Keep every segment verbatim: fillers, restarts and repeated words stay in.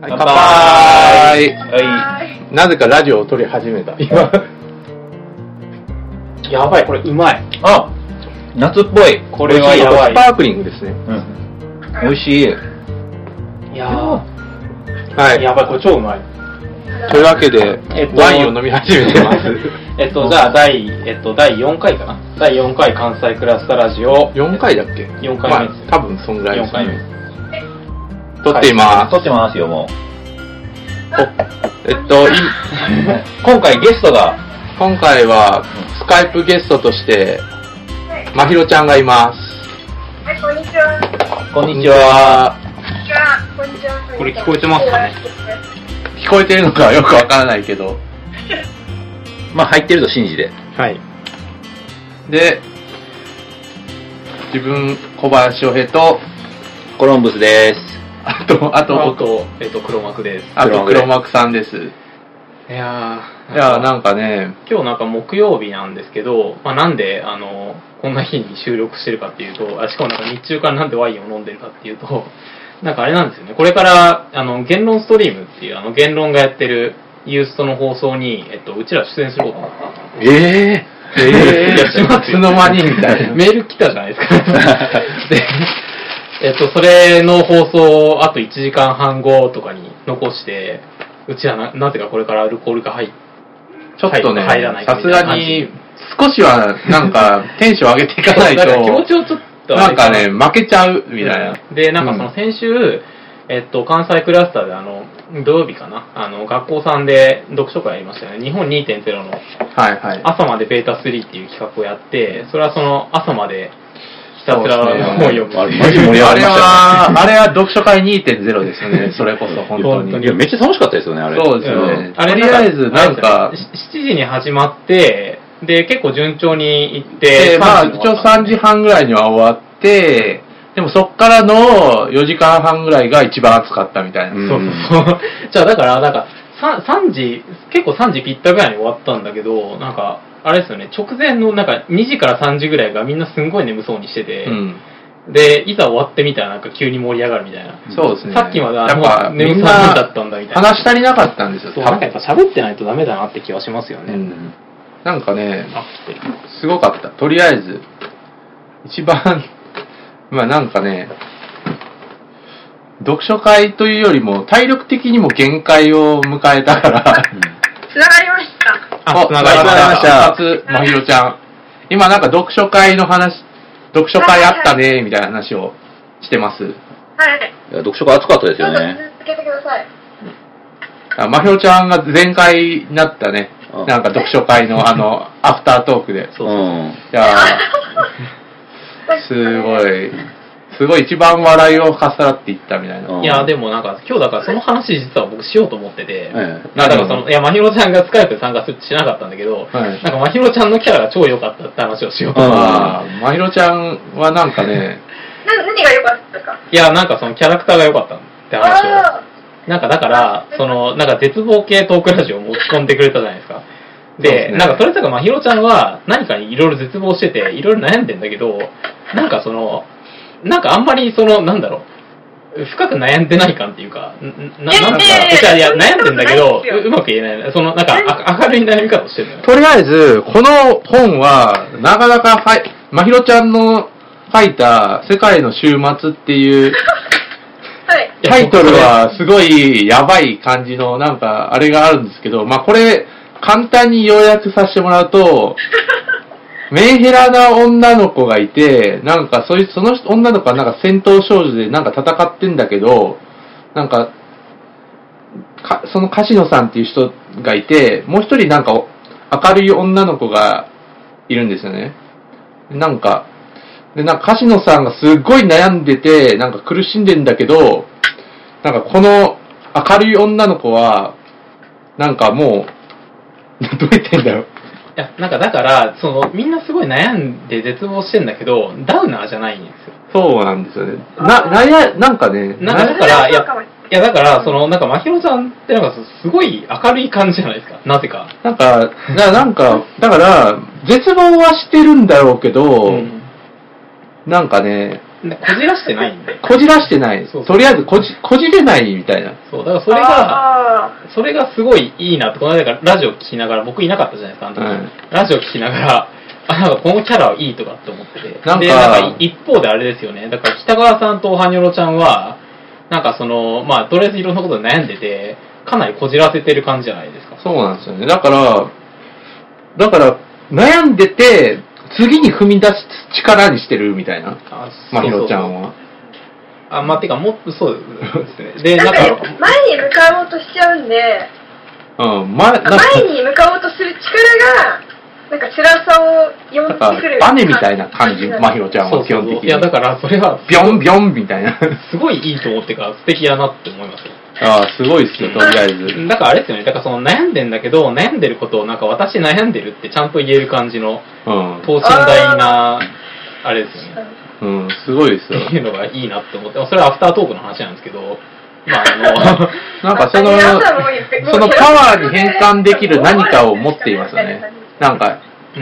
はい、乾杯。 はい。 なぜかラジオを撮り始めた。今。 やばい、これうまい。 あ、夏っぽい。 これはやばい。 スパークリングですね。 うん。美味しい。 いやー。 はい。 やばい、これ超うまい。 というわけで、えっと、ワインを飲み始めてます。 えっと、じゃあ、第、えっと、だいよんかいかな。だいよんかい関西クラスタラジオ。 よんかいだっけ ? よん 回目です、 まあ。多分そんぐらいです、ね。 よんかいめ。 撮っています。 撮ってますよ、もう。 えっと、 今回ゲストが。 今回は、スカイプゲストとして、まひろちゃんがいます。 はい、こんにちは。 こんにちは。 こんにちは。 これ聞こえてますかね？ 聞こえてるのかよくわからないけど。 まあ入ってると信じて。 はい。で、自分、小林翔平と、 コロンブスです。 あと、あと、 あと、えっと、黒幕です。 あと、黒幕さんです。 いやー、 いやーなんかね、 今日なんか木曜日なんですけど、まあ、なんで、あの、こんな日に収録してるかっていうと、あしかもなんか日中からなんでワインを飲んでるかっていうと、なんかあれなんですよね、これから、あの、言論ストリームっていう、あの、言論がやってるユーストの放送に、えっと、うちら出演することになったんですよ。 えー、えー、いや、しますよ。いつの間にみたいな。 メール来たじゃないですか。で、えっと、それの放送をあといちじかんはんごとかに残して、うちは な, なぜかこれからアルコールが入っちょっとね、 入らないかさすみたいな感じがに、少しはなんかテンション上げていかないと、 気持ちをちょっとなんかね、負けちゃうみたいな。 で、なんかその先週、えっと、関西クラスターであの、土曜日かな、あの、学校さんで読書会やりましたよね。日本 にてんゼロ のはいはい。 朝までベータスリーっていう企画をやって、それはその朝までひたすら本を読む。 マジ盛り上がりましたね。 あれは、あれは読書会 にてんゼロ ですよね。それこそ本当に。 本当にいや、めっちゃ楽しかったですよね、あれ。 そうですよね。 うんあれとりあえずなんか、 しちじに始まって、で、結構順調に行ってで、、まあさんじに一応さんじはんぐらいには終わって、でもそっからのよじかんはんぐらいが一番暑かったみたいな。 うんそうそうそう。じゃあだから、なんか、ささんじ、結構さんじぴったぐらいに終わったんだけど、なんか、あれですよね、直前のなんかにじからさんじぐらいがみんなすんごい眠そうにしてて、 うん。 で、いざ終わってみたらなんか急に盛り上がるみたいな。 そうですね。 さっきまであやっぱもう眠みんなさだったんだみたいな。 話足りなかったんですよ。 そう、なんかやっぱ喋ってないとダメだなって気はしますよね。 うん。なんかね、 あ、来てる。 すごかった。とりあえず、一番、まあなんかね、読書会というよりも体力的にも限界を迎えたから、 つながりました。 あ、 おつながりまつながりました。 した。 初、まひろちゃん。今なんか読書会の話、読書会あったね、みたいな話をしてます。 はい。 いや、読書が熱かったですどうぞよね。 続けてください。 あまひろちゃんが前回になったね。 あなんか読書会のあの、アフタートークで。 そうそうそう。 ん。 いやー、すごい、すごい一番笑いをかっさらっていったみたいな。 うんいや、でもなんか、今日だからその話実は僕しようと思ってて、 ええだからその、いや、まひろちゃんがスカイプ参加しなかったんだけど、 はいなんかまひろちゃんのキャラが超良かったって話をしようと思って。 ああ、まひろちゃんはなんかね、 な何が良かったですか？ いや、なんかそのキャラクターが良かったって話を。 あなんかだから、その、なんか絶望系トークラジオを持ち込んでくれたじゃないですか。で、 そうですねなんかそれとかまひろちゃんは何かにいろいろ絶望してて、いろいろ悩んでんだけど、なんかその、なんかあんまりその、なんだろう、深く悩んでない感っていうか、んななんか、 いやいやいやいやいや悩んでんだけど、 そんなことないですよううまく言えない。その、なんかあ明るい悩み方をしてるのよ。 とりあえず、この本は、なかなかはい、まひろちゃんの書いた世界の週末っていうはい。 いやタイトルはすごいやばい感じのなんかあれがあるんですけど、まあこれ簡単に要約させてもらうと、メンヘラな女の子がいて、なんかそいその女の子はなんか戦闘少女でなんか戦ってんだけど、なんか、かその柏野さんっていう人がいて、もう一人なんか明るい女の子がいるんですよね。なんか、で、なんか柏野さんがすっごい悩んでて、なんか苦しんでんだけど、なんかこの明るい女の子は、なんかもう、どう言ってんだろう。 いや、なんかだから、その、みんなすごい悩んで絶望してんだけど、ダウナーじゃないんですよ。 そうなんですよね。な、なや、なんかね、 なんかだから、いや、いやだから、その、なんか、まひろちゃんってなんか、すごい明るい感じじゃないですか。なぜか。 なんか、ななんか、だから、絶望はしてるんだろうけど、 うんなんかね、 でこじらしてないんで。 こじらしてない。 そうそうとりあえずこじ、こじれないみたいな。 そう、だからそれが、それがすごいいいなって、この間からラジオ聞きながら、僕いなかったじゃないですか、あの時、うん、ラジオ聞きながら、あ、なんかこのキャラはいいとかって思ってて。 なんか、 で、なんか一方であれですよね、だから北川さんとおはにょろちゃんは、なんかその、まあ、とりあえずいろんなことで悩んでて、かなりこじらせてる感じじゃないですか。 そうなんですよね。だから、だから、悩んでて、次に踏み出す力にしてるみたいな。まひろちゃんは。 あ、まあ、てか、もっとそうですね。で、なんか、前に向かおうとしちゃうんで、 うん、ま、 前に向かおうとする力が、なんか辛さを呼んでくる。 バネみたいな感じ、まひろちゃんは基本的に。 いや、だからそれは、 ビョンビョンみたいな。 すごいいいと思ってから素敵だなって思いますよ。 ああ、すごいっすよ、とりあえず。 だからあれですよね、だからその悩んでんだけど、悩んでることをなんか私悩んでるってちゃんと言える感じの、うん、等身大な、あれですよね。 うん、すごいですよ。 っていうのがいいなって思って、それはアフタートークの話なんですけど、まああの、 なんかその、そのパワーに変換できる何かを持っていますよね。なんか、うん、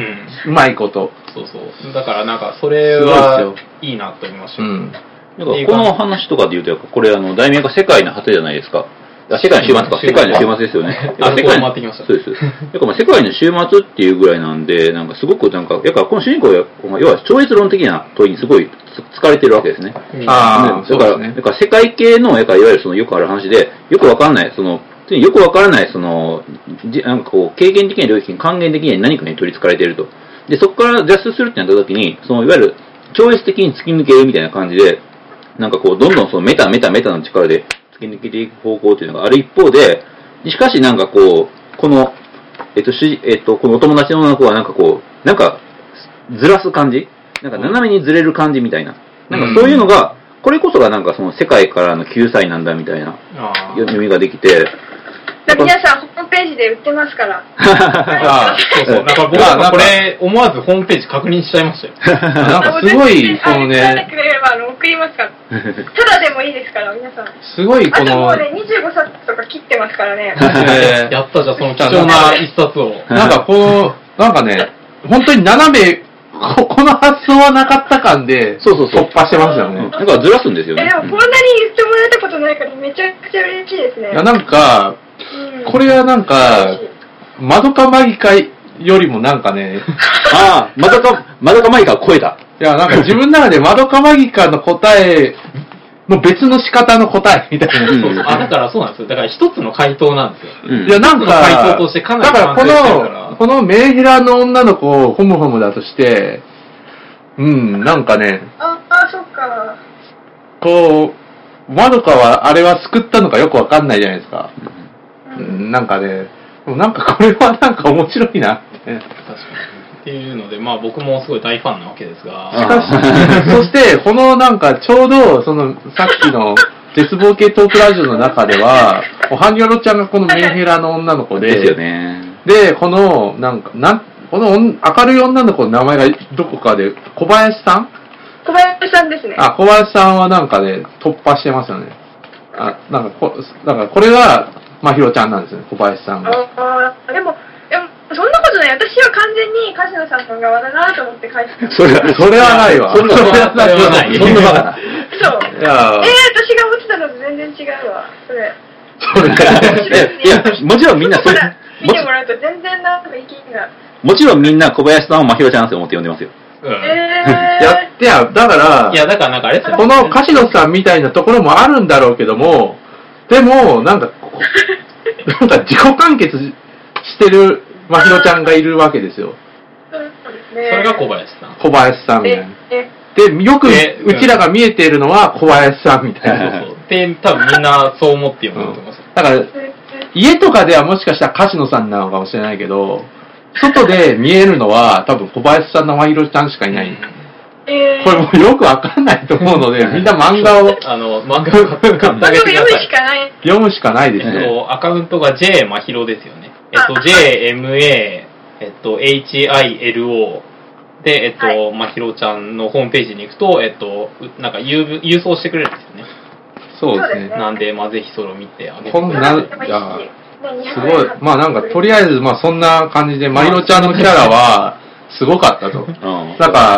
うまいこと。 そうそう。だからなんかそれはいいなって思いました。うん。 なんかこの話とかで言うと、これあの題名が世界の果てじゃないですか。あ、世界の週末か。世界の週末ですよね。 あ、世界の回ってきました。 そうです。だからまあ世界の週末っていうぐらいなんで、なんかすごくなんか、やっぱこの主人公は、要は超越論的な問いにすごい疲れてるわけですね。 ああ、 だから、ね、だから世界系の、やっぱいわゆるそのよくある話で、よくわかんない、その、よくわからない、その、なんかこう、経験的な領域に還元的に何かに取り憑かれていると。で、そこから脱出するってなった時に、その、いわゆる超越的に突き抜けるみたいな感じで、なんかこう、どんどんそのメタメタメタの力で突き抜けていく方向っていうのがある一方で、しかしなんかこう、この、えっと、しえっと、このお友達の女の子はなんかこう、なんか、ずらす感じなんか斜めにずれる感じみたいな。なんかそういうのが、これこそがなんかその世界からの救済なんだみたいな読みができて、 皆さんホームページで売ってますから。 ああ、そうそう。なんか僕はこれ思わずホームページ確認しちゃいましたよ。 なんかすごい、そのね。 くれればあの送りますから。ただでもいいですから、皆さん。 すごいこの。 あともうね、にじゅうごさつとか切ってますからね。 やったじゃあその貴重な一冊を。 なんかこの、なんかね、本当に斜め、こ, この発想はなかった感で、そうそうそう突破してますよね。 だからずらすんですよね。 え、でもこんなに言ってもらえたことないからめちゃくちゃ嬉しいですね。 いや、なんか、うん、これはなんか、まどかマギカよりもなんかね、 ああ、まどか、まどかマギカを超えた。 いや、なんか自分の中でまどかマギカの答えの別の仕方の答えみたいな。 そうそうあ、だからそうなんですよ。だから一つの回答なんですよ。 うん、いや、なんか、 回答としてかなりだからこの、このメンヘラの女の子をホムホムだとして、うん、なんかね、 あ、あ、そっか。 こう、まどかはあれは救ったのかよくわかんないじゃないですか。うん、なんかね、なんかこれはなんか面白いなって。確かに。 っていうので、まあ僕もすごい大ファンなわけですが。 しかし、そしてこのなんかちょうどそのさっきの絶望系トークラジオの中では、おはにょろちゃんがこのメンヘラの女の子で、 ですよね。 で、このなんか、なんこの明るい女の子の名前がどこかで、小林さん小林さんですね。 あ、小林さんはなんかね、突破してますよね。あ、なんかこ、だからこれが、まひろちゃんなんですよね、小林さんが。 ああ、でも、でもそんなことない。私は完全に柏野さんの側だなと思って書いてた。 それは、それはないわ。 それはない。そんなバカな。 そう。いやえー、私が思ってたのと全然違うわ。それ。 それ。 いや、もちろんみんなそれ。 見てもらうと全然なんか意見が。 もちろんみんな小林さんをまひろちゃんって思って呼んでますよ。 うん。 えー、 やってや、だから、 いや、だからなんかあれですよ。 この柏野さんみたいなところもあるんだろうけども、でも、なんか、なんか自己完結してるまひろちゃんがいるわけですよ。 そうですね。 それが小林さん。 小林さんみたいな。で、よくうちらが見えているのは小林さんみたいな。 そうそう。で、多分みんなそう思って読むと思います。 うん、だから、家とかではもしかしたら柏野さんなのかもしれないけど、外で見えるのは多分小林さんのまひろちゃんしかいない。うんえー、 これもうよくわかんないと思うので、みんな漫画を。 あの、漫画を買ってあげてください。 読むしかない。 読むしかないですよ。 アカウントが J まひろですよね。えっと、ジェイエムエー、えっと、エイチアイエルオー で、えっと、はい、まひろちゃんのホームページに行くと、えっと、なんか郵郵送してくれるんですよね。 そうですね。 なんで、まあぜひそれを見てあげてこんな、いや、すごい。まあなんか、とりあえず、まあそんな感じで、まひろちゃんのキャラは、すごかったと。うん、なんか、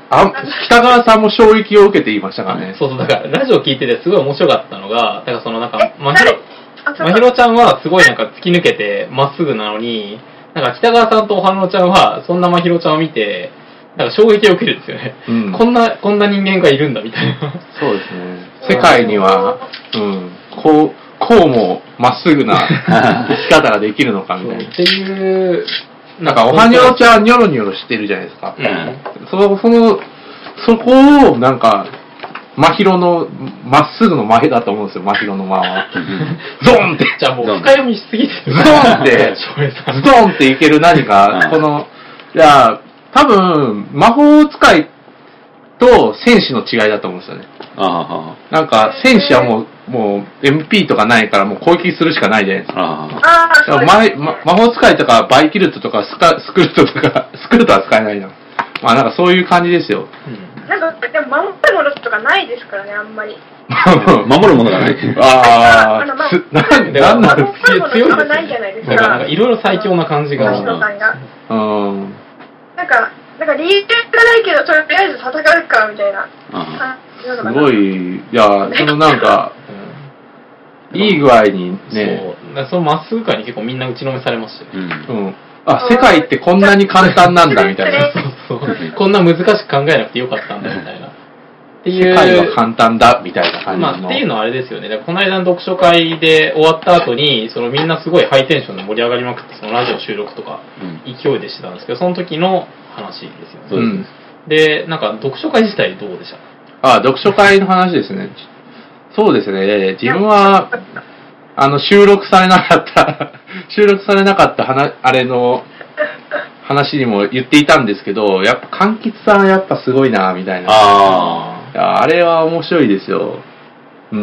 あ、北川さんも衝撃を受けていましたからね。 そうそう、だからラジオ聞いててすごい面白かったのが、だからそのなんか、まひろ、 あそうまひろちゃんはすごいなんか突き抜けてまっすぐなのに、なんか北川さんとおはのちゃんはそんなまひろちゃんを見て、なんか衝撃を受けるんですよね。 うん、 こんな、こんな人間がいるんだみたいな。 そうですね。世界には、うん、こう、こうもまっすぐな生き方ができるのかみたいな。 っていう、 なんかおはにょろちゃんニョロニョロしてるじゃないですか。 うん、 その、その、そこをなんか、真宙の、まっすぐの前だと思うんですよ、真宙の間は。ゾーンって。 じゃあもう深読みしすぎてる。 ズドーンって、ズドーンっていける何か、この、いや、多分、魔法使いと戦士の違いだと思うんですよね。 あなんか、戦士はもう、もう エムピー とかないからもう攻撃するしかないじゃないですか。 あああ、そうですね。 ま、魔法使いとかバイキルトとかスカスクルトとか、スクルトは使えないな。まあなんかそういう感じですよ。 うん、 なんか、でも守るものとかないですからね、あんまり。 守るものがない。 ああのまああ、なんで、なんなん守るものとかないじゃないですか。 なんかいろいろ最強な感じが。 星野さんが。 うん。 なんか、なんか理由がないけど、とりあえず戦うか、みたいな。 すごい、いや、そのなんか、うん、いい具合にね。 そう。そのまっすぐ感に結構みんな打ちのめされましたよ。 うん。うん。あ、世界ってこんなに簡単なんだ、みたいな。 そうそう。こんな難しく考えなくてよかったんだ、みたいな。っていう。 世界は簡単だ、みたいな感じの。 まあ、っていうのはあれですよね。この間の読書会で終わった後に、そのみんなすごいハイテンションで盛り上がりまくって、そのラジオ収録とか、勢いでしてたんですけど、その時の話ですよね。 うん、 で、なんか読書会自体どうでした？ あ、読書会の話ですね。そうですね。自分は、あの、収録されなかった、収録されなかった話、あれの話にも言っていたんですけど、やっぱ、柑橘さんやっぱすごいな、みたいな。 ああ。いや、あれは面白いですよ。うん。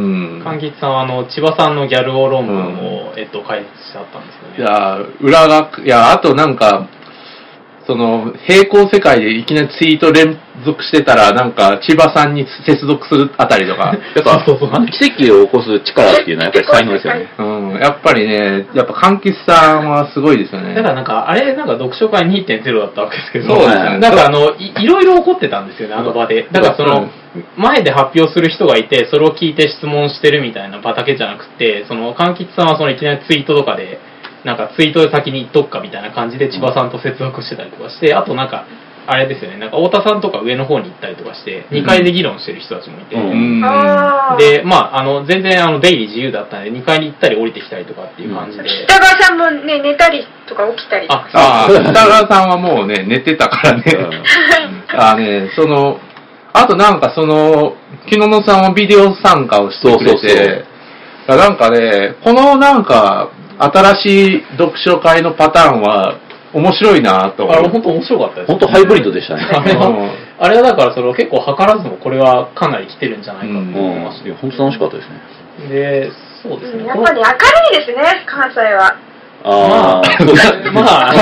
柑橘さんは、あの、千葉さんのギャル王論文を、うん、えっと、開発してあったんですよね。 いや、裏が、いや、あとなんか、その、平行世界でいきなりツイート連続してたら、なんか、千葉さんに接続するあたりとか。 だから、そうそうそう、奇跡を起こす力っていうのはやっぱり才能ですよね。 うん、やっぱりね、やっぱ柑橘さんはすごいですよね。 だからなんか、あれ、なんか読書会 にてんゼロ だったわけですけど、 そうですね。 なんかあのい、いろいろ起こってたんですよね、あの場で。だからその、前で発表する人がいて、それを聞いて質問してるみたいな場だけじゃなくて、その、柑橘さんはそのいきなりツイートとかで、なんかツイートで先に言っとくかみたいな感じで千葉さんと接続してたりとかして、あとなんか、あれですよね、なんか太田さんとか上の方に行ったりとかして、にかいで議論してる人たちもいて、 うん、 で、まあ、あの、全然あの出入り自由だったんで、にかいに行ったり降りてきたりとかっていう感じで。 北川さんもね、寝たりとか起きたりとか。 ああ、北川さんはもうね、寝てたからね。ああね、その、あとなんかその、木野さんはビデオ参加をしてくれて、そうそうそう、なんかね、このなんか、新しい読書会のパターンは面白いなと思う。 あれ本当面白かったです、 ね。本当ハイブリッドでしたね。 あれは、あれはだからそれを結構図らずもこれはかなり来てるんじゃないかと思います。 うん、本当楽しかったですね。 で、そうですね。 やっぱり明るいですね、関西は。 ああ、 まあ、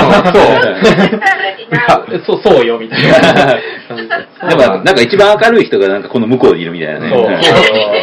そう、そう、そうよみたいな。 なんか、なんか一番明るい人がなんかこの向こうにいるみたいなね。 そう。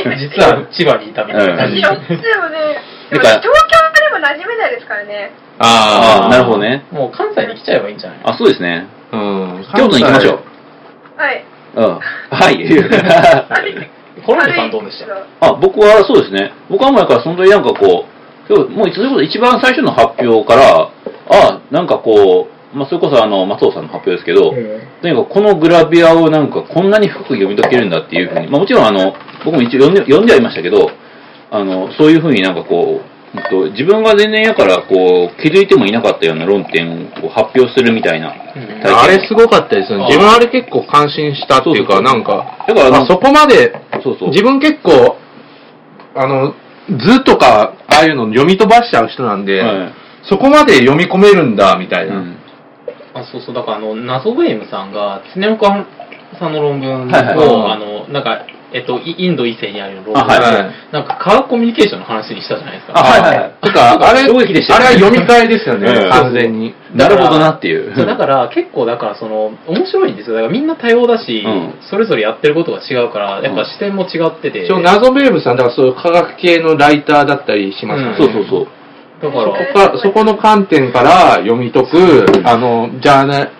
実は千葉にいたみたいな感じ。 でもね。でも東京でも馴染めないですからね。 ああ、なるほどね。 もう関西に来ちゃえばいいんじゃない？ あ、そうですね。 うん。 京都に行きましょう。 はい。 うん。はい。 コロネさんどうでした？ あ、僕はそうですね。僕はもうだからその時なんかこう、もうそれこそ一番最初の発表から、あ、なんかこう、まあそれこそあの松尾さんの発表ですけど、とにかくこのグラビアをなんかこんなに深く読み解けるんだっていうふうに、まあもちろんあの僕も一応読んで読んではいましたけど。あのそういうふうになんかこう自分が全然やからこう気づいてもいなかったような論点を発表するみたいな体験、あれすごかったですよね。自分あれ結構感心したっていうか、なんかだからあそこまでそうそう自分結構あの図とかああいうの読み飛ばしちゃう人なんで、はい、そこまで読み込めるんだみたいな、うん、 あそうそうだからあの謎ゲームさんが常岡さんの論文を、はいはい、あのなんかえっと、インド異性にある論文で、はいはい、なんか科学コミュニケーションの話にしたじゃないですか。 あ、はいはい。とか、あれ、あれは読み替えですよね、完全に。 なるほどなっていう。 だから結構、だからその、面白いんですよ。だからみんな多様だし、うん、それぞれやってることが違うから、やっぱ視点も違ってて。 うん、謎ベーブさん、だからそういう科学系のライターだったりしますよね。 うん、そうそうそう。 だからそこか、そこの観点から読み解く、あの、ジャーナ、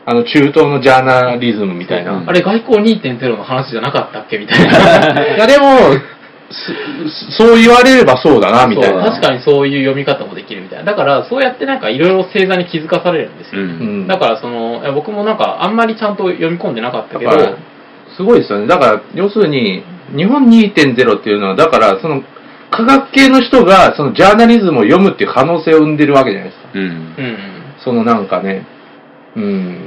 あの中東のジャーナリズムみたいな。 あれ外交 にてんゼロ の話じゃなかったっけみたいな。 いやでも、そう言われればそうだなみたいな。 確かにそういう読み方もできるみたいな。だからそうやってなんかいろいろ星座に気づかされるんですよ。 うん、 だからその僕もなんかあんまりちゃんと読み込んでなかったけど、 すごいですよね。だから要するに日本 にてんゼロ っていうのはだからその科学系の人がそのジャーナリズムを読むっていう可能性を生んでるわけじゃないですか。 うんうんそのなんかね、うん、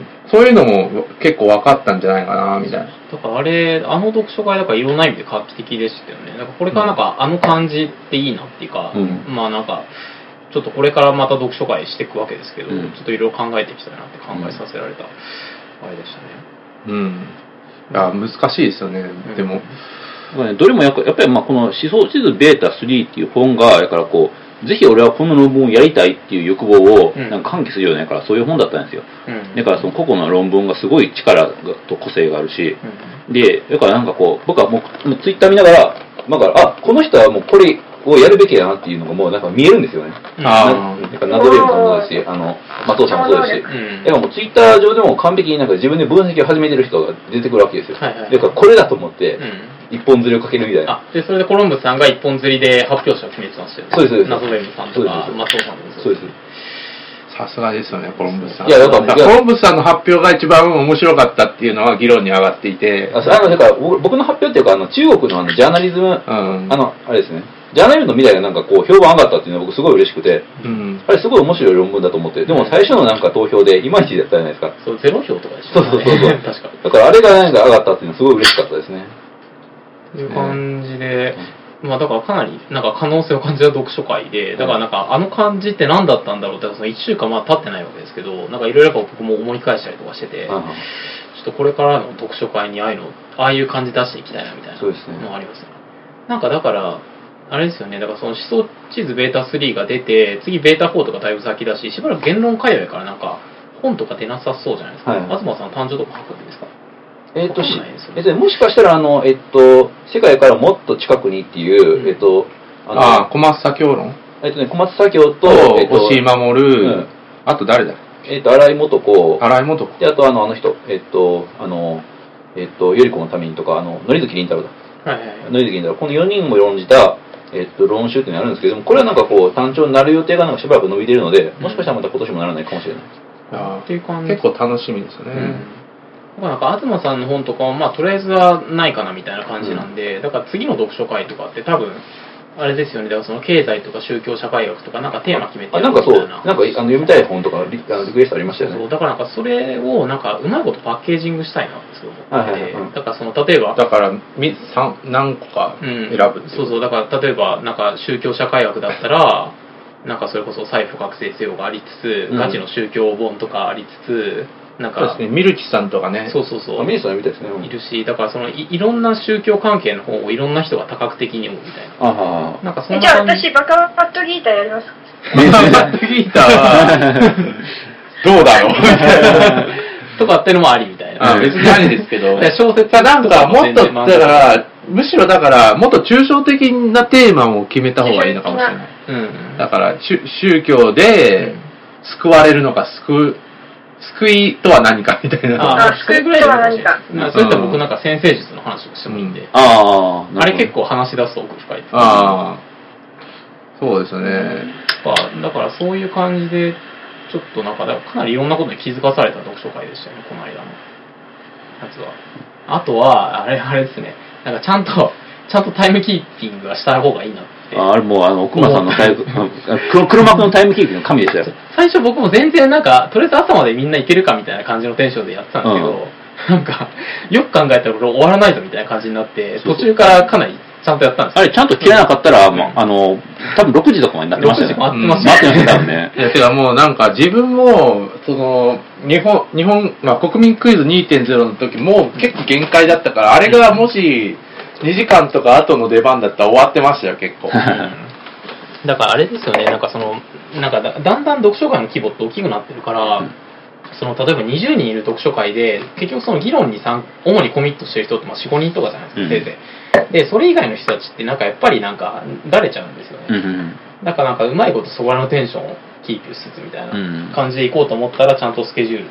そういうのも結構分かったんじゃないかなみたいな。 だからあれ、あの読書会だからいろんな意味で画期的でしたよね。だからこれからなんかあの感じっていいなっていうか、 うん、 まあなんか、ちょっとこれからまた読書会していくわけですけど、うん、ちょっといろいろ考えていきたいなって考えさせられたあれでしたね。 うん。いや、難しいですよね、うん、でも。 どれもやっぱりまあこの思想地図ベータスリーっていう本が、だからこう、ぜひ俺はこの論文をやりたいっていう欲望をなんか喚起するようなから、そういう本だったんですよ。うん、だからその個々の論文がすごい力と個性があるし、うん、で、だからなんかこう、僕はもうツイッター見ながら、だから、あ、この人はもうこれをやるべきだなっていうのがもうなんか見えるんですよね。うん、なんかナドレームさんもそうですし、あの、松尾さんもそうですし、うん、だからもうツイッター上でも完璧になんか自分で分析を始めてる人が出てくるわけですよ。はいはい、だからこれだと思って、うん一本釣りをかけるみたいな。 あ、で、それでコロンブスさんが一本釣りで発表者を決めてましたよね。 そうです、そうです。 ナゾレムさんとか、松尾さんもそうです。 さすがですよね、コロンブスさん。 いや、だから、 コロンブスさんの発表が一番面白かったっていうのは議論に上がっていて。 あ、あの、だから、僕の発表っていうか、あの、中国のあの、ジャーナリズム、うん、あの、あれですね。ジャーナリズムの未来がなんかこう、評判上がったっていうのは僕すごい嬉しくて、うん、あれすごい面白い論文だと思って、でも最初のなんか投票でいまいちだったじゃないですか。 そう、ゼロ票とかでしょ。そうそうそうそう。 確かに。 だからあれがなんか上がったっていうのはすごい嬉しかったですね。 いう感じで、まあだからかなりなんか可能性を感じた読書会で、だからなんかあの感じって何だったんだろうって、そのいっしゅうかんまだ経ってないわけですけど、なんかいろいろ僕も思い返したりとかしてて、ちょっとこれからの読書会にああいうの、ああいう感じ出していきたいなみたいなのがありますね。なんかだから、あれですよね、だからその思想地図ベータスリーが出て、次ベータフォーとかだいぶ先だし、しばらく言論界隈からなんか本とか出なさそうじゃないですか。はい、東さん誕生とか書くんですか？ えっと、しえっと、もしかしたら、あの、えっと、世界からもっと近くにっていう、うん、えっと、 あの、ああ、小松左京論えっとね、小松左京と、 えっと、押井守、うん、あと誰だえっと、荒井元子。 荒井元子。 で、あと、あの、あの人、えっと、あの、えっと、頼子のためにとか、あの、則月麟太郎だ。はいはいはい。則月麟太郎。このよにんも論じた、えっと、論集っていうのがあるんですけども、これはなんかこう、単調になる予定がなんかしばらく伸びているので、もしかしたらまた今年もならないかもしれない。 うん、ああ、っていう感じ。結構楽しみですよね。うんなんか東さんの本とかは、まあ、とりあえずはないかなみたいな感じなんで、うん、だから次の読書会とかって多分、あれですよね、だからその経済とか宗教社会学とか、なんかテーマ決めてやるみたいな。あ、なんかそう、なんかあの読みたい本とかリ、あのリクエストありましたよね。 そうだからなんかそれを、なんかうまいことパッケージングしたいなってすごい思ってて、はいはいはい、だからその、例えば、 だからみ何個か選ぶ、 うん、そうそう、だから例えば、なんか宗教社会学だったら、なんかそれこそ財富覚醒せよがありつつ、うん、ガチの宗教本とかありつつ、なんかそうですね、ミルキさんとかね。 そうそうそう。 ミルキさんみたいですね。 いるし、だからその い, いろんな宗教関係の本をいろんな人が多角的に読むみたいな。 あなんかそんなじゃあ私バカパッドギーターやりますか？ バカパッドギーターはどうだろうとかっていうのもありみたいな。 あ別にありですけど。 小説なんかもっとだからむしろだからもっと抽象的なテーマを決めた方がいいのかもしれない。うん、だから宗教で救われるのか救う。救いとは何かみたいな。 ああ、救いぐらいとは何か。 まあ、そういったら僕なんか先生術の話をしてもいいんで。うん、 ああ。あれ結構話し出すと奥深いです、ね。 ああ。そうですね。 だからそういう感じで、ちょっとなんか、かなりいろんなことに気づかされた読書会でしたよね、この間のやつは。あとは、あれ、あれですね。なんかちゃんと、ちゃんとタイムキーピングはした方がいいなって。 あれもう、あの、奥間さんのタイム、黒, 黒幕のタイムキーピングの神でしたよ。 最初僕も全然なんか、とりあえず朝までみんないけるかみたいな感じのテンションでやってたんですけど、うん、なんか、よく考えたらこれ終わらないぞみたいな感じになって、途中からかなりちゃんとやったんですよ。 あれちゃんと切れなかったら、うん、あの、多分ろくじとかまでになってましたよね。 ろくじ回ってましたね。回ってましたね。 いや、てかもうなんか自分も、その、日本、日本、まあ国民クイズ にてんゼロ の時も結構限界だったから、あれがもしにじかんとか後の出番だったら終わってましたよ、結構。 だからあれですよね、なんかその、なんかだ, だんだん読書会の規模って大きくなってるから、うん、その例えばにじゅうにんいる読書会で、結局その議論に主にコミットしてる人ってまあよん、ごにんとかじゃないですか、せいぜい。で、それ以外の人たちってなんかやっぱりなんか、だれちゃうんですよね。うんうん、だからなんかうまいことそこらのテンションをキープしつつみたいな感じでいこうと思ったら、ちゃんとスケジュール作っ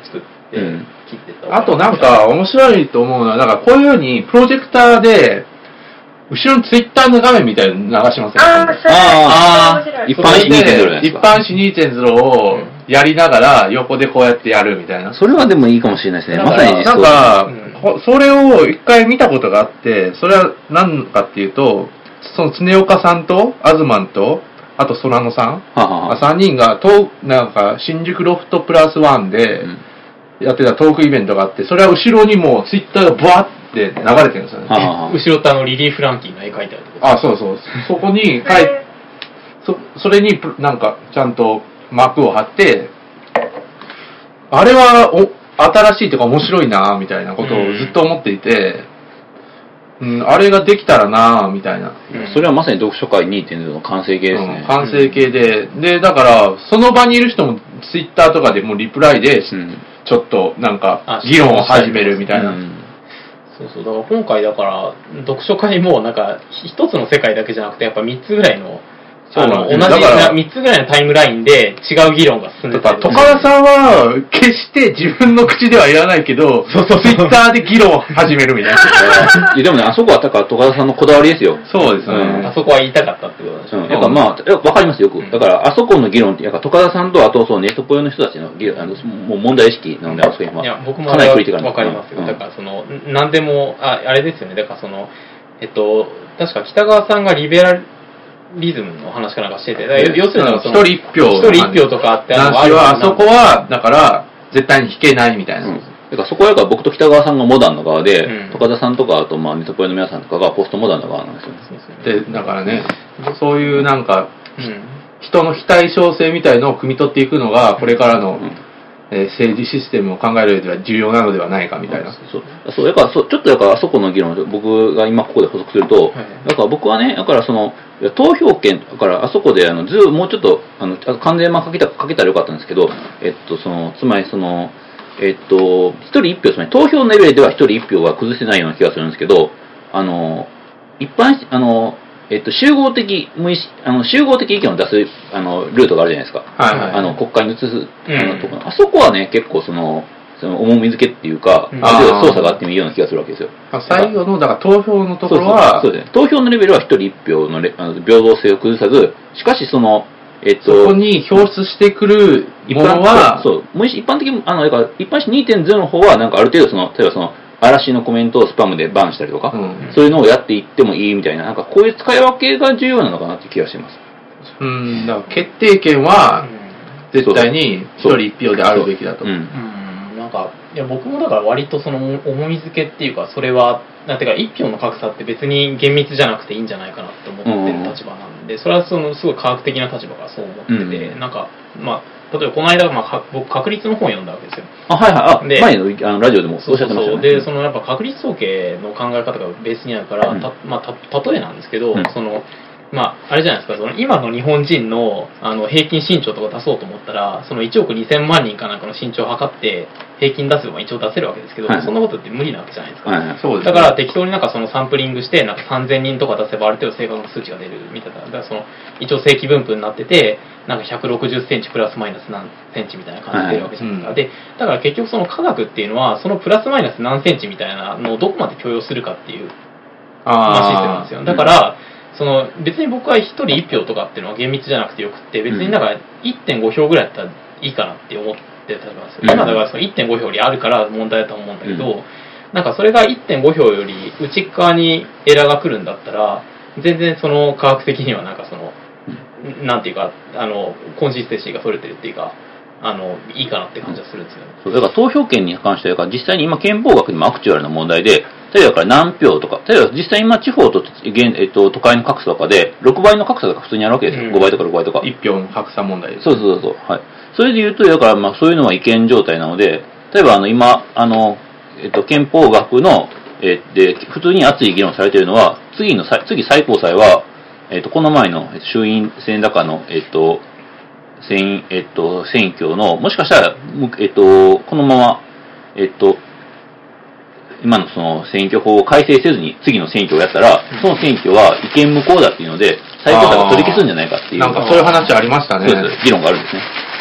って切ってった、 うん、あとなんか面白いと思うのは、なんかこういうようにプロジェクターで後ろにツイッターの画面みたいなの流しませんか？ あー、それあー、 面白い。 一般紙 にてんゼロ じゃないです一か。 般紙 にてんゼロ をやりながら横でこうやってやるみたいな。 それはでもいいかもしれないですね。 だからまさに実装。 なんか、 うん、 それを一回見たことがあって、それは何かっていうと、その常岡さんとアズマンと、あとソラノさん、 はははさんにんがとなんか新宿ロフトプラスワンでやってたトークイベントがあって、それは後ろにもうツイッターがブワッって流れてるんですよね。 ははは後ろってあのリリー・フランキーの絵描いてあるとこあ、そうそう。そこに書いそ、それになんかちゃんと幕を張って、あれはお新しいというか面白いなみたいなことをずっと思っていて、うん、あれができたらなみたいな。 それはまさに読書会 にてんゼロ の完成形ですね。 うん、完成形で、で、だから、その場にいる人もツイッターとかでもうリプライで、 うんちょっとなんか議論を始めるみたいな。 うんそうそう、だから今回だから読書会もなんか一つの世界だけじゃなくてやっぱみっつぐらいのそうなんです同じだからみっつぐらいのタイムラインで違う議論が進んでたりだから、戸川さんは、決して自分の口では言わないけど、ツイッターで議論を始めるみたいな。 いやでもね、あそこはだから戸川さんのこだわりですよ。 そうですね。 うんあそこは言いたかったってことでしょうね。 うん、やっぱまあ、いやわかりますよく。だから、あそこの議論って、やっぱ戸川さんと、あとそうネットポヨの人たちの議論、あのもう問題意識なので、あそこに、まあ、 いや、僕もかなりクリティカルなわかりますよ。 うんだからその、何でも、あ、あれですよね。だからその、えっと、確か北川さんがリベラリズムの話かなんかしてて、だから要するにその一人一票。 一人一票とかあって、 男子はあそこは、だから、絶対に引けないみたいな。 うんだからそこはやっぱ僕と北川さんがモダンの側で、 うん戸田さんとか、あとまあネットポヨの皆さんとかがポストモダンの側なんですよね。 そうですよねで、だからね、そういうなんか、 うん人の非対称性みたいのを汲み取っていくのが、これからの、 うんえー政治システムを考える上では重要なのではないかみたいな。 そうそうだからそうちょっとだからあそこの議論を僕が今ここで補足すると、 はいだから僕はねだからそのいや投票権だからあそこであのずもうちょっとあの完全版かけたかけたらよかったんですけど、えっとそのつまりそのえっと一人一票つまり投票のレベルでは一人一票は崩せないような気がするんですけど、あの一般あのえっと、集合的無意識あの集合的意見を出すあのルートがあるじゃないですか、 はいはいあの国会に移す、 うんあのとこあそこはね結構そのその重み付けっていうか、 うんある程度操作があってもいいような気がするわけですよ。 最後の、だから投票のところは、 そうそうそうですね、投票のレベルは一人一票のレあの平等性を崩さず、しかしそのえっとそこに表出してくるものは、 そうそうもう一般的にあのだから一般紙 にてんゼロ の方はなんかある程度その例えばその嵐のコメントをスパムでバンしたりとか、 うんそういうのをやっていってもいいみたいな、なんかこういう使い分けが重要なのかなって気がしてます。 うん、だから決定権は絶対に一人一票であるべきだと。 うんうん、なんかいや僕もだから割とその重み付けっていうかそれはなんていうか一票の格差って別に厳密じゃなくていいんじゃないかなって思ってる立場なんで、それはそのすごい科学的な立場がそう思ってて、 うんなんかまあ例えばこの間、まあ、か僕確率の本を読んだわけですよ。 あはいはいあで前のあのラジオでもおっしゃってましたよね。 でそのやっぱ確率統計の考え方がベースにあるから、 うんたまあ、た例えなんですけど、 うんそのまあ、あれじゃないですか、その今の日本人のあの平均身長とか出そうと思ったら、そのいちおくにせんまん人かなんかの身長を測って平均出せば一応出せるわけですけど、 はいそんなことって無理なわけじゃないですか。 はいはいそうですねだから適当になんかそのサンプリングしてなんかさんぜんにんとか出せばある程度正確な数値が出るみたいな。だからその一応正規分布になってて、なんかひゃくろくじゅっセンチプラスマイナス何センチみたいな感じで出るわけじゃないですか。 はいで、だから結局その科学っていうのはそのプラスマイナス何センチみたいなのをどこまで許容するかっていうまあシステムなんですよ。だから、その別に僕は一人一票とかっていうのは厳密じゃなくてよくって、別になんか いってんご 票ぐらいだったらいいかなって思ってたんですよ。 うん今だからその いってんご 票よりあるから問題だと思うんだけど、 うんなんかそれが いってんご 票より内側にエラーが来るんだったら、全然その科学的にはなんかその、なんていうか、あの、コンシステンシーが取れてるっていうか、あの、いいかなって感じがするんですよね。 そうだから投票権に関しては実際に今憲法学でもアクチュアルな問題で、例えばから何票とか、例えば実際今地方と現、えっと、都会の格差とかでろくばいの格差が普通にあるわけですよ。 うんごばいとかろくばいとか。 一票の格差問題です。 そうそうそう。はい。それで言うと、だからまあそういうのは違憲状態なので、例えばあの今、あの、えっと、憲法学の、えーで、普通に熱い議論されているのは、次のさ、次最高裁は、えっと、この前の衆院選高の、えっと、選、えっと、選挙の、もしかしたら、むえっと、このまま、えっと、今のその選挙法を改正せずに次の選挙をやったら、その選挙は違憲無効だっていうので、最高裁が取り消すんじゃないかっていう。 なんかそういう話ありましたね。 そうです。議論があるんですね。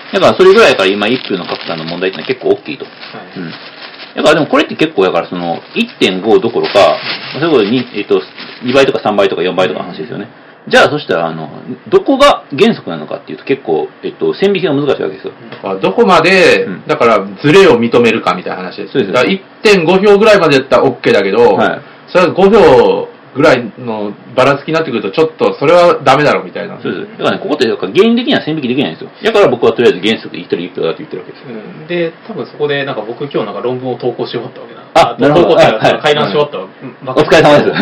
だからそれぐらいから今いっぷうの格差の問題ってのは結構大きいと。 はいうん。だからでもこれって結構だからその いってんご どころか、それこそ に,、えっと、にばいとかさんばいとかよんばいとかの話ですよね。じゃあそしたらあの、どこが原則なのかっていうと結構、えっと、線引きが難しいわけですよ。 だからどこまで、 うんだからズレを認めるかみたいな話です。 そうですだから いってんご 票ぐらいまでやったら OK だけど、 はいそれはご票ぐらいのばらつきになってくるとちょっとそれはダメだろみたいな。 そうです。だからね、ここって原理的には線引きできないんですよ。だから僕はとりあえず原則で一人一票だって言ってるわけですよ。 うん、で、多分そこで、なんか僕今日なんか論文を投稿し終わったわけだ。 あなるほど投稿っていうかはい会談し終わったわ、 お疲れ様です。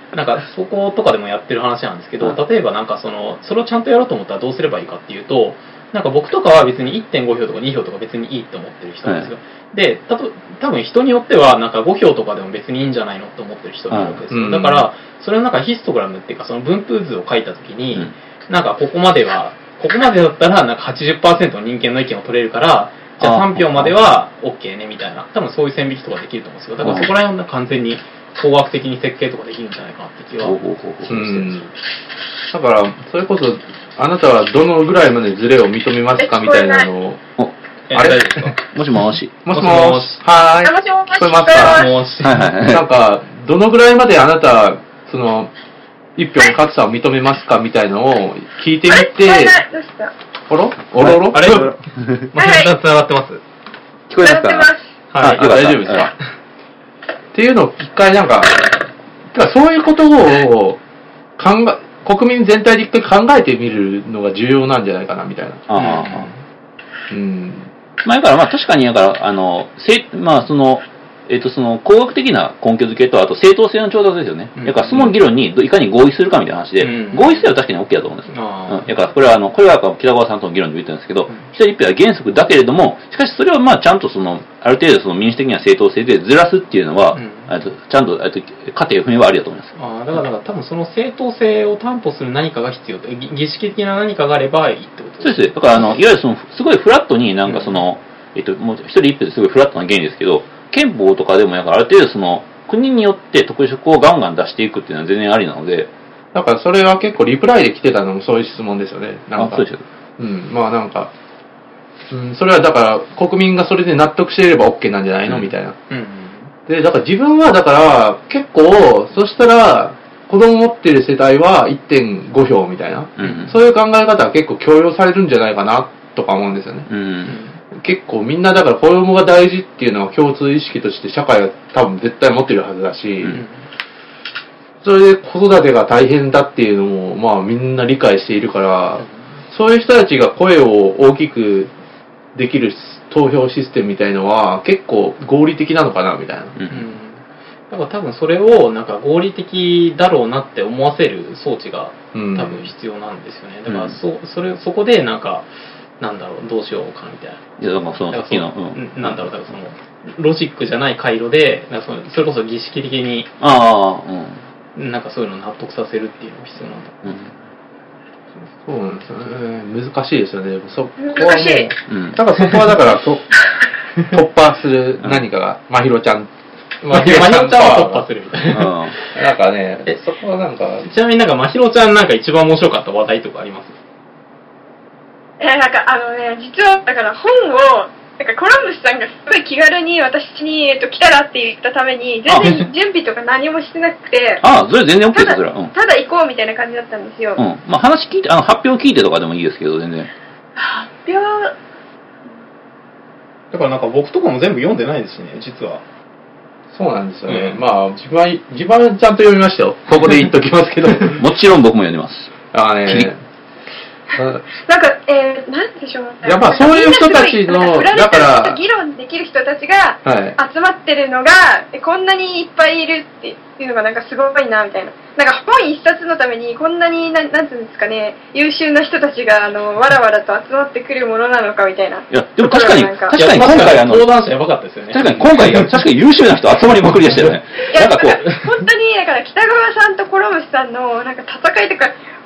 なんかそことかでもやってる話なんですけど、 はい例えばなんかその、それをちゃんとやろうと思ったらどうすればいいかっていうと、なんか僕とかは別に いってんご 票とかに票とか別にいいって思ってる人なんですよ。で、たと多分人によってはなんかご票とかでも別にいいんじゃないのって思ってる人がいるわけですよ。 うんだから、それをなんかヒストグラムっていうかその分布図を書いたときに、 うんなんかここまでは、ここまでだったらなんか はちじゅっパーセント の人間の意見を取れるから、じゃあさん票までは OK ねみたいな、多分そういう線引きとかできると思うんですよ。だからそこら辺は完全に工学的に設計とかできるんじゃないかなって気はほうほうほうほううんだからそれこそあなたはどのぐらいまでズレを認めますかみたいなのをおえあれ大丈夫ですかもしもし。 もしももしもししはーいもしもし聞こえますかもしはいはいはい。 なんかどのぐらいまであなたその一票の格差を認めますかみたいのを聞いてみあれ聞こえてない。どうしたおろおろおろあれうんまひろちゃん繋がってます聞こえますかやってます。 はい。 あよかった大丈夫ですかっていうのを一回なんか、てかそういうことを考え、国民全体で一回考えてみるのが重要なんじゃないかなみたいな。 ああ。 うん。 まあ、だからまあ確かに、だから、あの、せまあその、えっと、その工学的な根拠付けと、あと正当性の調達ですよね。 うんだからその議論にどいかに合意するかみたいな話で、 うん合意すれば確かに OK だと思うんですよ。 あうん。だからこれは、あの、これは北川さんとの議論で言ってるんですけど、 うん一人一票は原則だけれども、しかしそれはまあちゃんとその、ある程度その民主的な正当性でずらすっていうのは、 うんえっとちゃんと、えっと、過程不明はありだと思います。 ああ、だから、だから多分その正当性を担保する何かが必要と、ぎ儀式的な何かがあればいいってことそうです。だから、あの、いわゆるその、すごいフラットになんかその、えっと、もう一人一票ですごいフラットな原理ですけど、憲法とかでもやっぱある程度その、国によって特色をガンガン出していくっていうのは全然ありなので、 だからそれは結構リプライで来てたのもそういう質問ですよね。なんあ、 か。 そうですよ。 うん。まあなんか、うん、それはだから国民がそれで納得していれば OK なんじゃないの、 うんみたいな。 うんうん。 で、だから自分はだから結構、そしたら子供持ってる世帯は いってんご 票みたいな。 うん。 そういう考え方は結構強要されるんじゃないかなとか思うんですよね。 うん。 結構みんなだから子供が大事っていうのは共通意識として社会は多分絶対持ってるはずだし、 うんそれで子育てが大変だっていうのもまあみんな理解しているから、そういう人たちが声を大きくできる投票システムみたいのは結構合理的なのかなみたいな。 う。 うんん。だから多分それをなんか合理的だろうなって思わせる装置がうん多分必要なんですよね。だからうんそ、それ、そこでなんか、なんだろう、どうしようかみたいな。 いや、だからその、 だからそさっきの、 のうん。 うんなんだろう、だからその、ロジックじゃない回路で、なんかそのそれこそ儀式的にああ、うん。 なんかそういうのを納得させるっていうのが必要なんだ。 うん。 そうなんですよね。難しいですよね。そこはもう、 難しいうん。 だからそこはだからと突破する何かが、まひろちゃん。 まひろちゃんは突破するみたいな。 うんなんかね、そこはなんか、 ちなみになんかまひろちゃんなんか一番面白かった話題とかありますえーなんかあのね、実はだから本を、なんかコロンブスさんがすごい気軽に私に、えっと、来たらって言ったために、全然準備とか何もしてなくて、 ああ、それ全然 OK です、 ただそれは。うん。 ただ行こうみたいな感じだったんですよ。 うん。まあ話聞いて、あの、発表聞いてとかでもいいですけど、全然。 発表、 だからなんか僕とかも全部読んでないですしね、実は。 そうなんですよね。 うんまあ、自分は、自分はちゃんと読みましたよ。ここで言っときますけど。 もちろん僕も読んでます。 あのきりね、 なんか、えー、なんでしょう。 いやまあそういう人たちのなんか裏でだから議論できる人たちがはい。 集まってるのが、えこんなにいっぱいいるっていうのがなんかすごいな、みたいな。なんか本一冊のためにこんなに、なんなんていうんですかね、優秀な人たちが、あの、わらわらと集まってくるものなのか、みたいな。 いや、でも確かに、 なんか確かに今回あの、 登壇者やばかったですよね。 確かに今回、確かに優秀な人集まりまくりでしたよね。 いや、 なんかこう、 本当に、だから北川さんとコロムスさんのなんか戦いとか、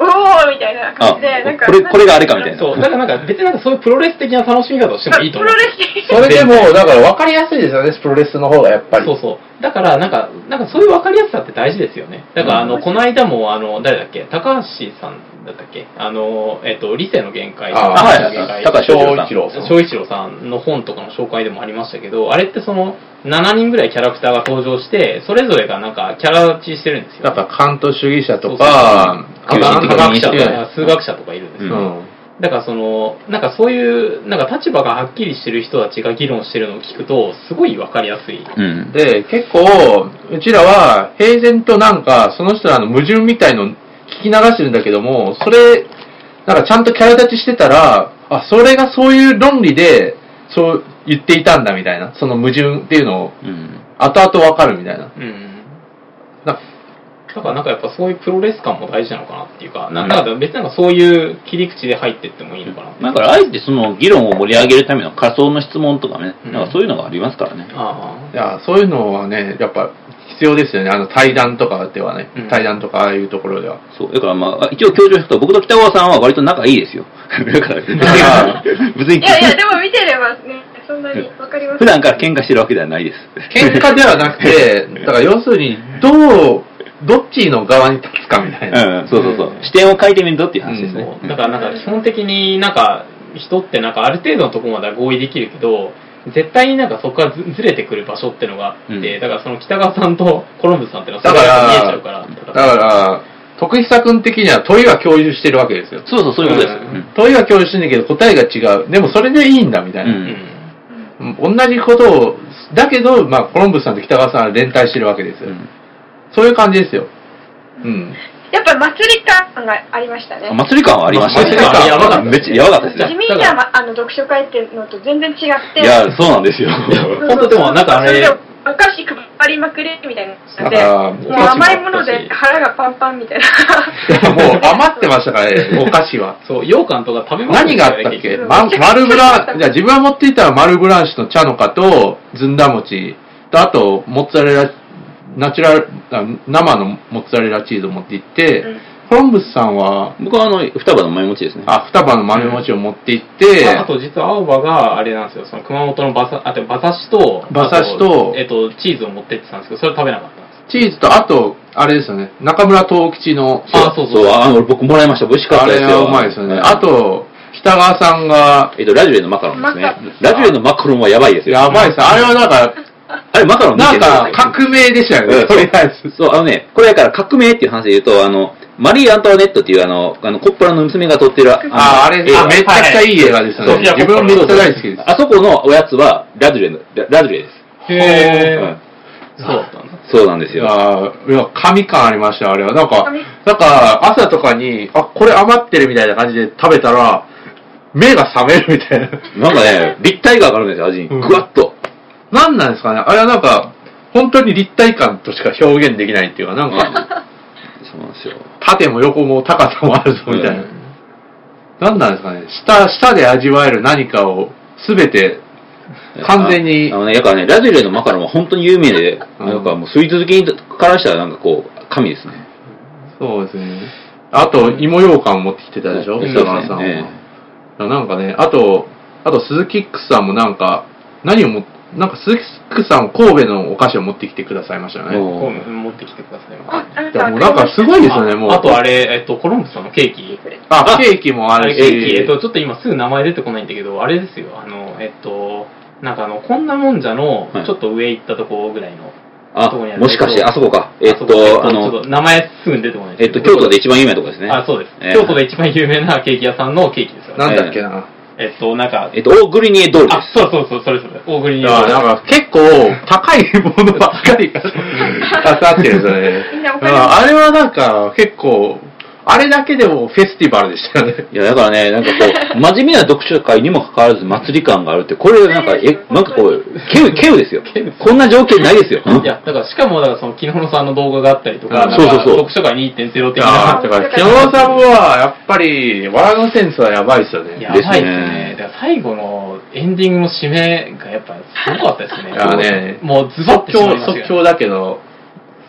おーみたいな感じで、なんか、 これ、これがあれかみたいな。 そう、だからなんか別になんかそういうプロレス的な楽しみ方をしてもいいと思う。 プロレス的それでも、だから分かりやすいですよね、プロレスの方がやっぱり。 そうそう。だから、なんか、なんかそういう分かりやすさって大事ですよね。だから、あの、この間も、あの、誰だっけ、高橋さんだったっけ、あの、えっと、理性の限界。 あはい理性の限界。 高橋翔一郎さん。 翔一郎さんの本とかの紹介でもありましたけど、あれってその、ななにんぐらいキャラクターが登場して、それぞれがなんかキャラ立ちしてるんですよ。 やっぱカント主義者とそうか、 そうそうあと科学者と認識か数学者とかいるんですよ。 うん。 だからその、なんかそういう、なんか立場がはっきりしてる人たちが議論してるのを聞くと、すごいわかりやすい。 うん。 で、結構、うちらは平然となんか、その人らの矛盾みたいの聞き流してるんだけども、それ、なんかちゃんとキャラ立ちしてたら、あ、それがそういう論理で、そう言っていたんだみたいな、その矛盾っていうのを、 うん。 後々わかるみたいな。 うん。 なだからなんかやっぱそういうプロレス感も大事なのかなっていうか、ななんか別になんかそういう切り口で入ってってもいいのかな。 だから、あえてその議論を盛り上げるための仮想の質問とかね、 うんなんかそういうのがありますからね。 あいや、そういうのはね、やっぱ必要ですよね。あの対談とかではね、 うん対談とかああいうところでは。 そう。だからまあ、一応強調すると、僕と北川さんは割と仲いいですよ。だから、別にいやいや、でも見てればね、そんなにわかります。 普段から喧嘩してるわけではないです。 喧嘩ではなくて、だから要するに、どう、どっちの側に立つかみたいな。 うん、そうそうそう。視点を変えてみるとっていう話ですね。 そうだからなんか基本的になんか人ってなんかある程度のところまでは合意できるけど、絶対になんかそこからずずれてくる場所ってのがあって、 うんだからその北川さんとコロンブスさんっていうのはそだかれが見えちゃら、 うから。 だから、徳久君的には問いは共有してるわけですよ。 そうそう、そういうことです。 ううんん問いは共有してんだけど答えが違う。でもそれでいいんだみたいな。 うんうん。 同じことを、だけど、まあ、コロンブスさんと北川さんは連帯してるわけですよ。 うんそういう感じですよ。うん。 やっぱ祭り感がありましたね。 祭り感はありましたね。 祭り感やばかった。めっちゃやばかったです地ね。 味な、ま、あの読書会っていうのと全然違って。 いや、そうなんですよ。 本当でもなんかあれそれでお菓子配りまくれみたいなで、 だからもう甘いもので腹がパンパンみたいな。 いやもう余ってましたからね、お菓子は。 そう、羊羹とか食べます何があったっけ、 うんま、丸ブラン、じゃあ自分は持っていたら丸ブランシュの茶の花とずんだ餅と、あとモッツァレラ、ナチュラル、あ生のモッツァレラチーズを持って行って、 うんコロンブスさんは、 僕はあの、双葉の前持ちですね。 あ、双葉の豆餅を持って行って、 ああと実は青葉があれなんですよ、その熊本の馬刺あと馬刺しと、 馬刺しとあえっと、チーズを持ってってたんですけど、それ食べなかったんです。 チーズと、あと、あれですよね、中村東吉の、 あそうそう、あの、僕もらいました。美味しかったですよ。 あれはうまいですよね。 はいあと、北川さんが、 えっと、ラジュレのマカロンですねマカ。 ラジュレのマカロンはやばいですよ。 やばいです。あれはなんか、 あれ、マカロン見てなんか革命でしたよね、とりあえず。 そう、あのね、これだから革命っていう話で言うと、あの、マリー・アントワネットっていうあの、あの、コッポラの娘が撮ってる、あのあ、あれ、 映画あ、めちゃくちゃいい映画ですよそうね。自分めっちゃ大好きです。 あそこのおやつは、ラジュレの、ララジュレです。 へうんそうだったんだ。 そうなんですいよ。 やーいや、神感ありましたよ、あれは。なんか神、 なんか、朝とかに、あ、これ余ってるみたいな感じで食べたら、目が覚めるみたいな。 なんかね、立体感があるんですよ、味に。 うんぐわっと。 なんなんですかねあれはなんか、本当に立体感としか表現できないっていうか、なんか、 そうなんですよ。 縦も横も高さもあるぞみたいな。なんなんですかね舌、舌で味わえる何かをすべて完全にああのね、やっぱね、ラジュレのマカロンは本当に有名で、 うんなんかもうスイーツ好きからしたらなんかこう、神ですね。 そうですね。あと、芋羊羹持ってきてたでしょ、 うん北川さんは。 そうですねなんかね、あと、あと鈴木ックスさんもなんか、何をも、なんか鈴木ックスさん神戸のお菓子を持ってきてくださいましたよね。 おこう持ってきてくださいよ。 あ、あいやもうなんかすごいですよね、もう。 あとあれ、えっと、コロンブスさんのケーキ。 あ、ケーキもあるし。 ケーキ、えっと、ちょっと今すぐ名前出てこないんだけど、あれですよ、あの、えっと、なんかあの、こんなもんじゃのはい、 ちょっと上行ったとこぐらいの。 あとこにあ、るもしかして、あそこか。えっと、 ああのちょっと、名前すぐに出てこないえっと、京都で一番有名なとこですね。 あ、そうです。 えー京都で一番有名なケーキ屋さんのケーキですよね。 なんだっけな。 えっと、なんか、 えっと、オーグリニエドールであ、そうそうそう、それそれ。大栗に。 いや、なんか結構高いものばっかりがかかってるんですよね。 みんなお金持ちああれはなんか結構、あれだけでもフェスティバルでしたよね。 す。いや、だからね、なんかこう、真面目な読書会にもかかわらず祭り感があるって、これなんか、え、なんかこう、ケウ、ケウですよ。こんな条件ないですよ。 いや、だからしかも、だからその、木野さんの動画があったりとか、 うんなんかそうそうそう読書会 にてんゼロ 的いやなー、だから、木野さんはやっぱり、笑のセンスはやばいですよね。 やばいですですねね。 だから最後のエンディングの締めがやっぱすごかったですね。 いやねもうズバッ即興、 と締まりましたよ即興だけど、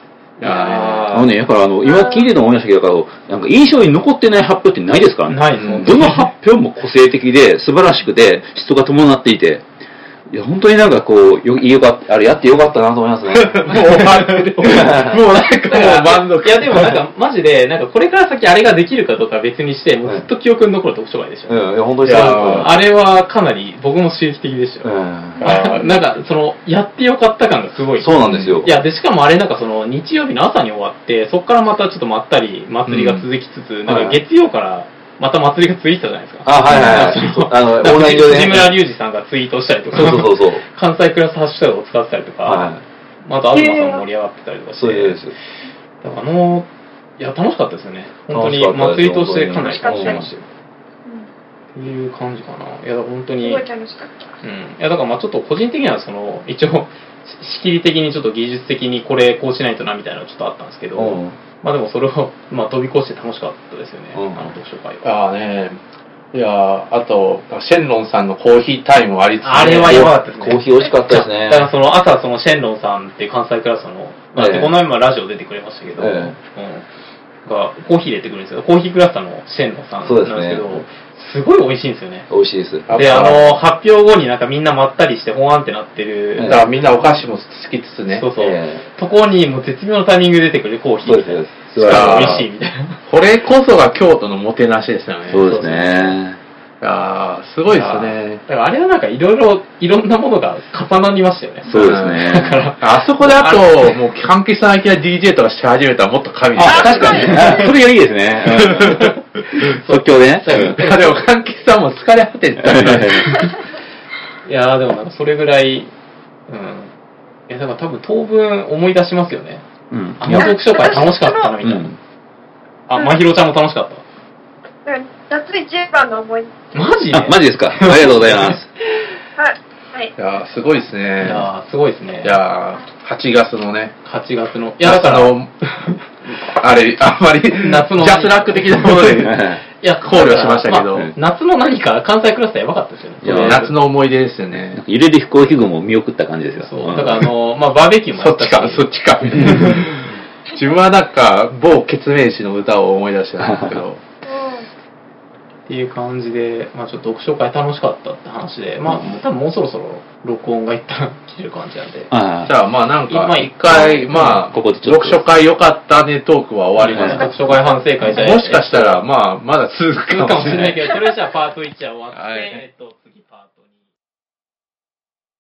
いやあのね、だからあの、今聞いてて思いましたけど、なんか印象に残ってない発表ってないですからね。 ないですもんねどの発表も個性的で、素晴らしくて、質が伴っていて、いや、本当になんかこう、よ、よかった、あれやってよかったなと思いますね。 もう終わってる。もうなんかもう満足。 いやでもなんかマジで、なんかこれから先あれができるかどうかは別にして、もうずっと記憶に残る読書会でしょ。 うん、いや、本当にいやそうあれはかなり僕も刺激的でしたよ。 うん。 あなんかその、やってよかった感がすごい。 そうなんですよ。 いや、で、しかもあれなんかその、日曜日の朝に終わって、そこからまたちょっとまったり祭りが続きつつ、なんか月曜からまた祭りが続いたじゃないですか。 あ、はいはいはい。あの、オンライン上で、ね。 藤村隆二さんがツイートしたりとか、 そうそうそうそう。 関西クラスハッシュタグを使ってたりとか、 はい。 また東さんも盛り上がってたりとかして、 そうです。 だからあの、いや、楽しかったですよね。本当に祭りとしてかなり楽しめましたよ。っていう感じかな。いや、だから本当に。 すごい楽しかった。 うん。いや、だからまあちょっと個人的にはその、一応、仕切り的にちょっと技術的にこれこうしないとなみたいなのちょっとあったんですけど、 うん、 まあでもそれを、まあ、飛び越して楽しかったですよね、 うん、 あの読書会は。 ああね。いやあと、シェンロンさんのコーヒータイムもありつつ、ね、 あれはやばかったですね。 コーヒー美味しかったですね。 だからその朝、そのシェンロンさんっていう関西クラスの、まあ、この前もラジオ出てくれましたけど、ええうん、がコーヒー入れてくるんですよ。コーヒークラスターのシェンロンさんなんですけど、すごい美味しいんですよね。 美味しいです。 で、あの、発表後になんかみんなまったりして、ほわんってなってる。 だからみんなお菓子も好きつつね。 そうそう。 えー、 ところにもう絶妙なタイミングで出てくるコーヒーみたいな。 そうです。 美味しいみたいな。 これこそが京都のもてなしですよね。 そうですね。 いやー、すごいですね。 だからあれはなんかいろいろ、いろんなものが重なりましたよね。 そうですね。 だから、 あそこであと、もう、関係さんいきなり ディージェー とかし始めたらもっと神です。 あ、確かに。それがいいですね。即興でね。 いや、でも関係さんも疲れ果ててた。 いやーでもなんかそれぐらい、うん。いや、だから多分当分思い出しますよね。 うん。 あの読書会楽しかったな、みたいな。うん、あ、まひろちゃんも楽しかった。 夏一番の思い出。 マジあ、マジですか。ありがとうございます。 はい。はい。 いやー、すごいですね。 いやー、すごいですね。 いやー、はちがつのね。 はちがつの。いや、だから、 あれ、あんまり、 夏の。 ジャスラック的なもので、いや、考慮しましたけど、 まあ。夏の何か、関西クラスターやばかったですよね。 いや、夏の思い出ですよね。 揺れる飛行機雲を見送った感じですよ。 そう。だから、あの、まあ、バーベキューもやったし。 そっちか、そっちか。自分はなんか、某ケツメイシの歌を思い出してたんですけど。 っていう感じで、まあちょっと読書会楽しかったって話で、まあ多分もうそろそろ録音が一旦切れる感じなんで。 じゃあまあなんか、一回、まあ、 ここで読書会良かったねトークは終わります。 読書会反省会じゃないもしかしたら、まあ、まだ続くかもしれないけど、とりあえずはパートいちは終わって、 はい、 えっと